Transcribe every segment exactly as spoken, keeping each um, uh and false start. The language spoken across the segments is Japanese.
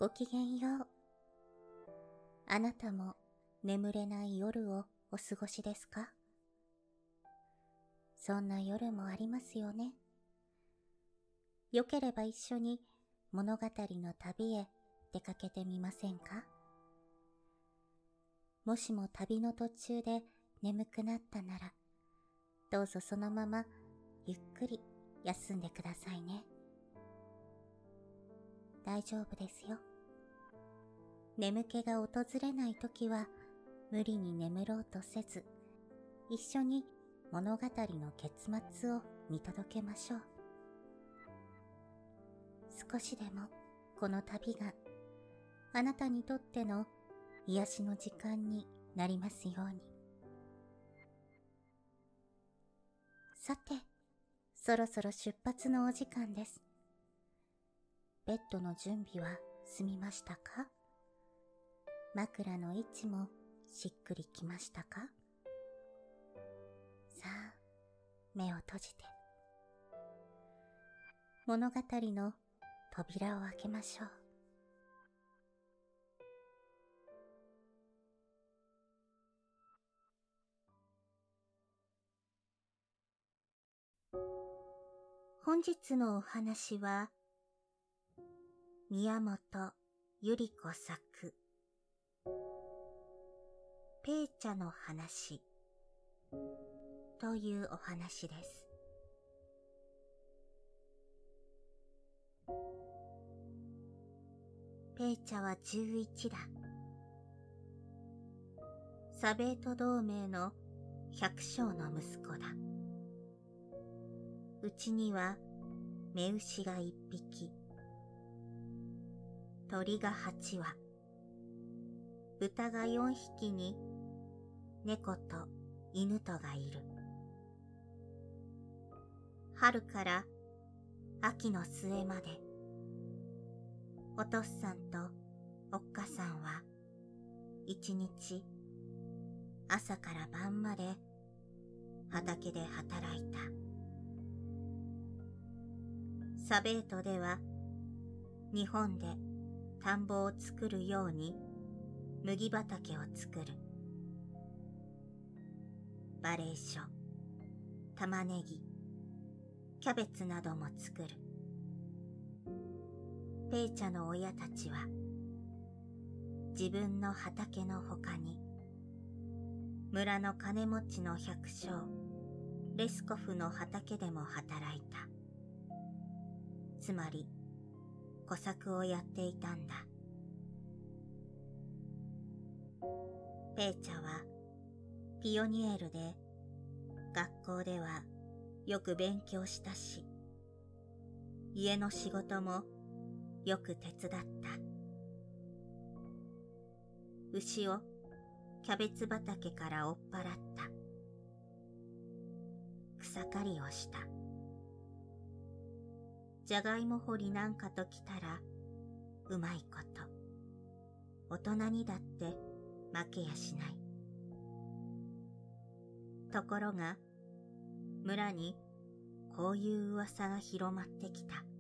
ごきげんよう。あなたも眠れない夜をお過ごしですか？そんな夜もありますよね。よければ一緒に物語の旅へ出かけてみませんか？もしも旅の途中で眠くなったなら、どうぞそのままゆっくり休んでくださいね。大丈夫ですよ。眠気が訪れないときは無理に眠ろうとせず、一緒に物語の結末を見届けましょう。少しでもこの旅があなたにとっての癒しの時間になりますように。さて、そろそろ出発のお時間です。ベッドの準備は済みましたか？枕の位置もしっくりきましたか？さあ、目を閉じて物語の扉を開けましょう。本日のお話は宮本百合子作ペーチャの話というお話です。ペーチャはじゅういちだ。サベート同盟の百姓の息子だ。うちには雌牛が一匹、鳥が八羽、豚が四匹に猫と犬とがいる。春から秋の末まで、お父っさんとおっかさんは一日朝から晩まで畑で働いた。サベートでは日本で田んぼを作るように麦畑を作る。バレーショ、玉ねぎ、キャベツなども作る。ペーチャの親たちは自分の畑のほかに村の金持ちの百姓レスコフの畑でも働いた。つまり小作をやっていたんだ。ペーチャはピオニエールで学校ではよく勉強したし、家の仕事もよく手伝った。牛をキャベツ畑から追っ払った。草刈りをした。じゃがいも掘りなんかときたらうまいこと。大人にだって負けやしない。ところが村にこういう噂が広まってきた。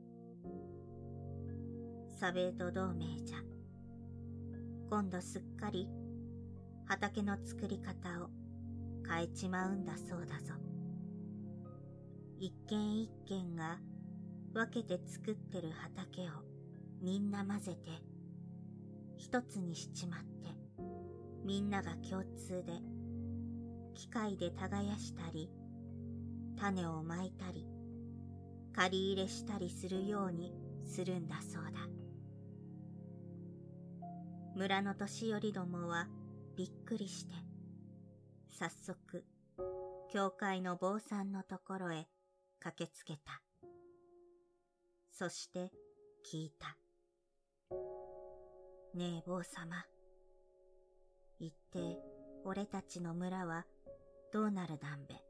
サベート同盟じゃ今度すっかり畑の作り方を変えちまうんだそうだぞ。一軒一軒が分けて作ってる畑をみんな混ぜて一つにしちまって、みんなが共通で機械で耕したり種をまいたり借り入れしたりするようにするんだそうだ。村の年寄りどもはびっくりして早速教会の坊さんのところへ駆けつけた。そして聞いた。ねえ坊様、一体俺たちの村はどうなるだんべ。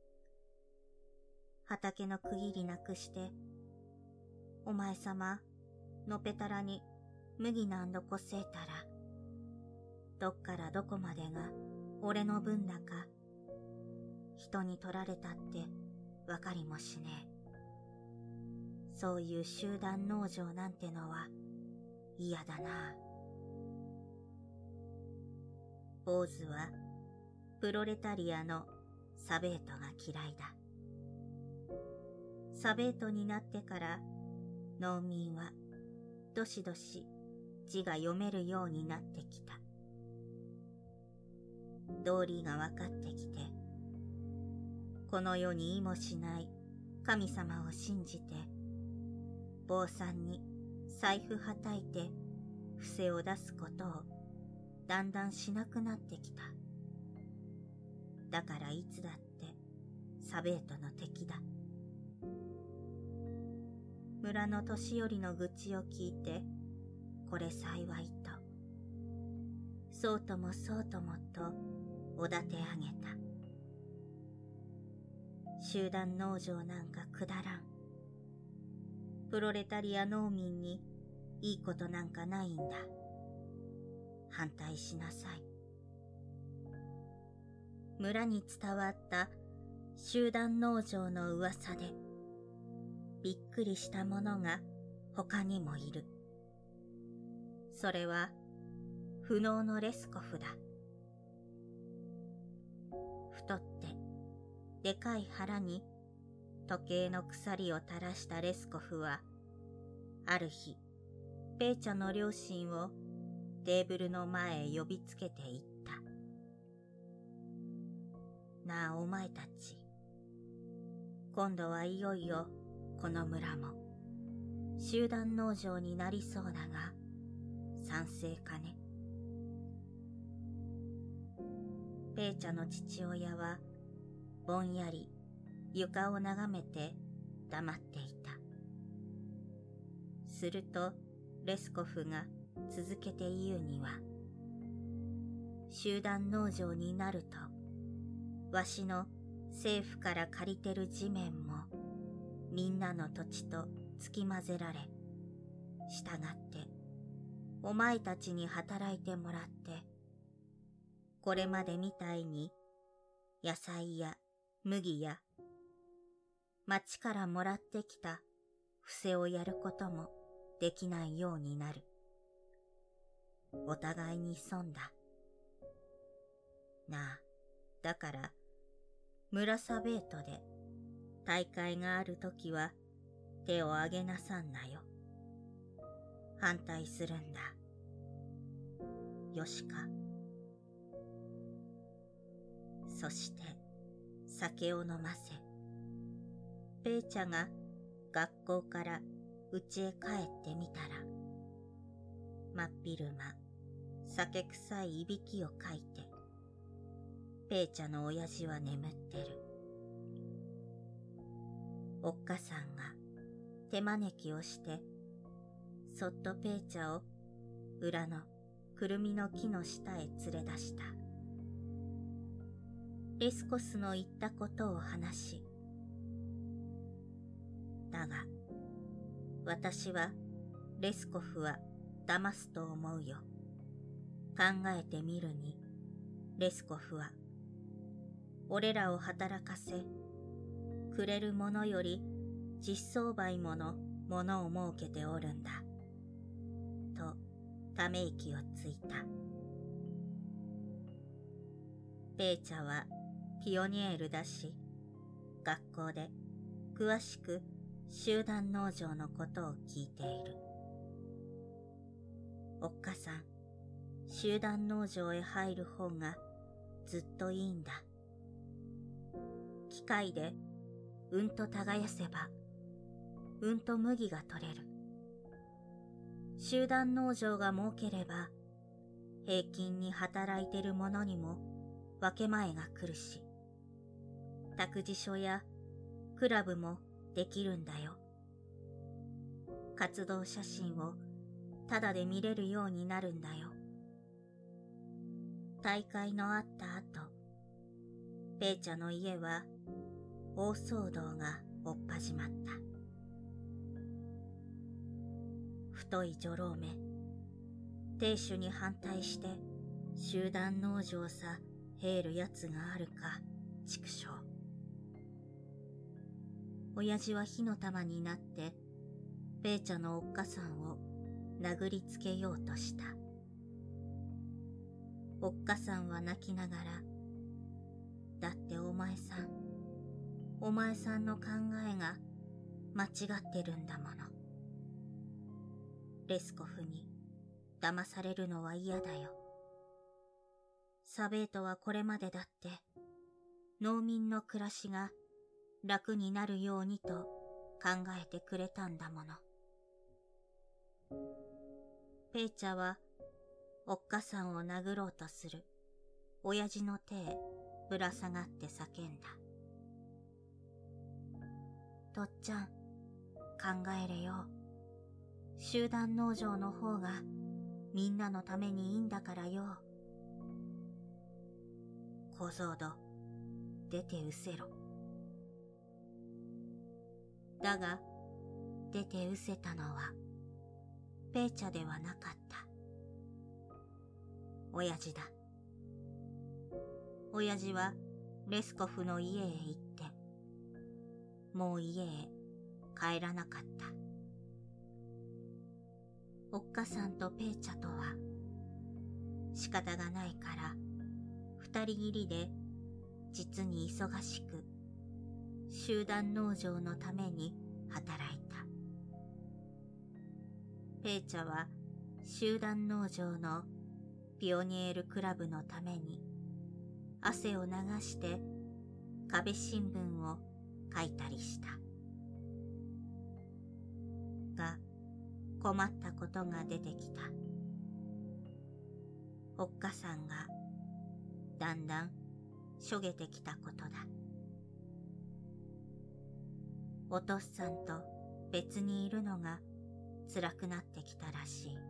畑の区切りなくして、お前さまのぺたらに麦なんどこせえたら、どっからどこまでが俺の分だか、人に取られたってわかりもしねえ。そういう集団農場なんてのは嫌だな。坊主はプロレタリアのサベートが嫌いだ。サベートになってから農民はどしどし字が読めるようになってきた。道理が分かってきて、この世に意もしない神様を信じて、坊さんに財布はたいて伏せを出すことをだんだんしなくなってきた。だからいつだってサベートの敵だ。村の年寄りの愚痴を聞いて、これ幸いと、そうともそうともとおだてあげた。集団農場なんかくだらん。プロレタリア農民にいいことなんかないんだ。反対しなさい。村に伝わった集団農場の噂でびっくりした者が他にもいる。それは不能のレスコフだ。太ってでかい腹に時計の鎖を垂らしたレスコフは、ある日ペーチャの両親をテーブルの前へ呼びつけて言った。なあお前たち、今度はいよいよこの村も集団農場になりそうだが賛成かね。ペーチャの父親はぼんやり床を眺めて黙っていた。するとレスコフが続けて言うには、集団農場になるとわしの政府から借りてる地面もみんなの土地とつきまぜられ、したがってお前たちに働いてもらって、これまでみたいに野菜や麦や町からもらってきた布施をやることもできないようになる。お互いに損だ。なあ、だから村サベートで大会があるときは手を挙げなさんなよ。反対するんだ。よしか。そして酒を飲ませ、ペーチャが学校から家へ帰ってみたら、真っ昼間酒臭いいびきをかいて、ペーチャの親父は眠ってる。おっかさんが手招きをして、そっとペーチャを裏のくるみの木の下へ連れ出した。レスコスの言ったことを話し、だが私はレスコフは騙すと思うよ。考えてみるに、レスコフは俺らを働かせ、くれるものより実相倍ものものを設けておるんだ。とため息をついた。ペーチャはピオニエールだし、学校で詳しく集団農場のことを聞いている。おっかさん、集団農場へ入る方がずっといいんだ。機械でうんと耕せば、うんと麦が取れる。集団農場が儲ければ、平均に働いてる者にも分け前が来るし、託児所やクラブもできるんだよ。活動写真をタダで見れるようになるんだよ。大会のあった後、ペーチャの家は大騒動がおっ始まった。太い女郎め、亭主に反対して集団農場さ入るやつがあるか、畜生。親父は火の玉になってペーチャのおっかさんを殴りつけようとした。おっかさんは泣きながら、だってお前さん、お前さんの考えが間違ってるんだもの。レスコフに騙されるのは嫌だよ。サベートはこれまでだって農民の暮らしが楽になるようにと考えてくれたんだもの。ペイチャはおっかさんを殴ろうとする親父の手へぶら下がって叫んだ。とっちゃん、考えれよ。集団農場の方がみんなのためにいいんだからよ。小僧ど、出てうせろ。だが、出てうせたのは、ペーチャではなかった。親父だ。親父はレスコフの家へ行って、もう家へ帰らなかった。おっかさんとペーチャとは、仕方がないから、二人きりで実に忙しく、集団農場のために働いた。ペーチャは集団農場のピオニエールクラブのために汗を流して壁新聞を書いたりした。が、困ったことが出てきた。おっかさんがだんだんしょげてきたことだ。お父さんと別にいるのが辛くなってきたらしい。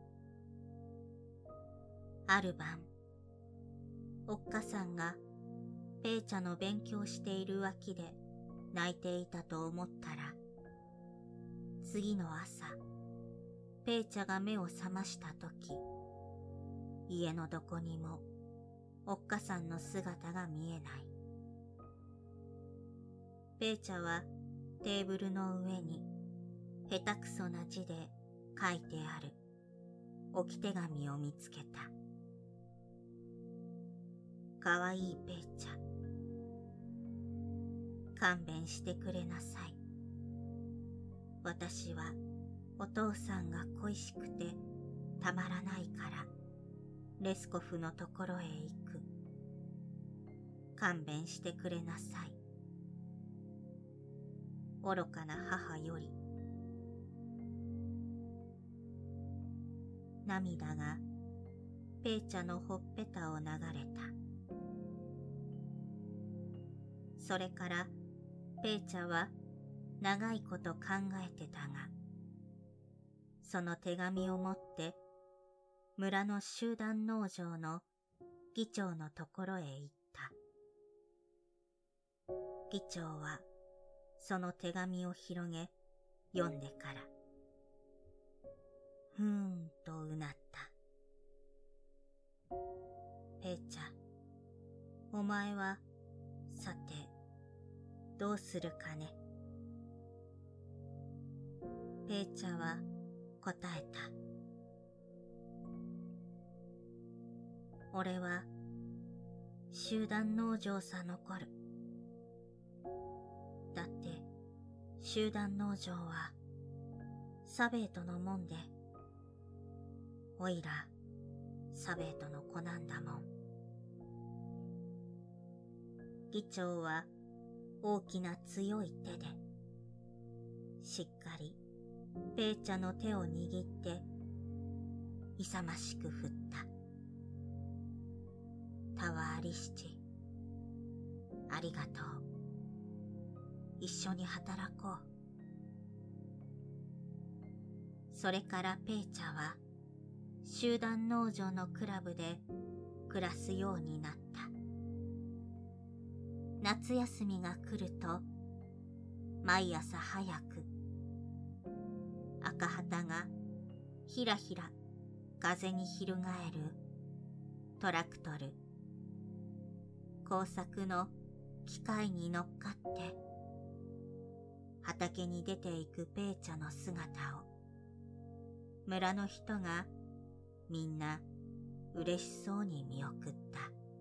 ある晩、おっかさんがペーチャの勉強している脇で泣いていたと思ったら、次の朝、ペーチャが目を覚ましたとき、家のどこにもおっかさんの姿が見えない。ペーチャはテーブルの上に下手くそな字で書いてある置き手紙を見つけた。かわいいペーチャ。勘弁してくれなさい。私はお父さんが恋しくてたまらないからレスコフのところへ行く。勘弁してくれなさい。愚かな母より。涙がペーチャのほっぺたを流れた。それからペーチャは長いこと考えてたが、その手紙を持って村の集団農場の議長のところへ行った。議長はその手紙を広げ読んでから、ふーんとうなった。ペーチャ、お前はさてどうするかね。ペーチャは答えた。俺は集団農場さ残る。だって集団農場はサベートのもんで、おいらサベートの子なんだもん。議長は大きな強い手でしっかりペーチャの手を握って勇ましく振った。タワーリシチ、ありがとう。一緒に働こう。それからペーチャは集団農場のクラブで暮らすようになった。夏休みが来ると毎朝早く赤旗がひらひら風に翻るトラクトル、工作の機械に乗っかって畑に出ていくペーチャの姿を村の人がみんな嬉しそうに見送った。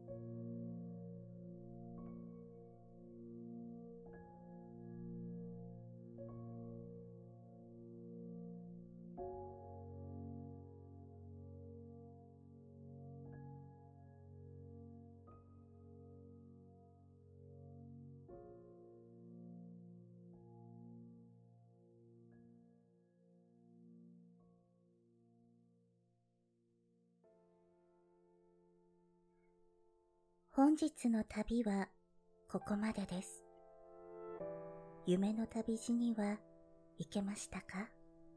本日の旅はここまでです。夢の旅路には行けましたか？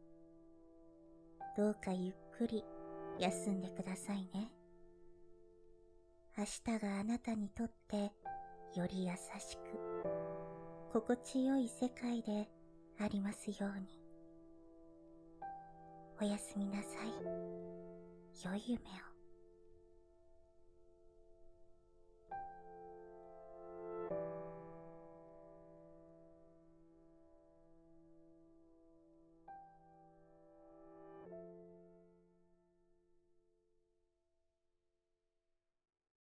どうかゆっくり休んでくださいね。明日があなたにとってより優しく、心地よい世界でありますように。おやすみなさい。良い夢を。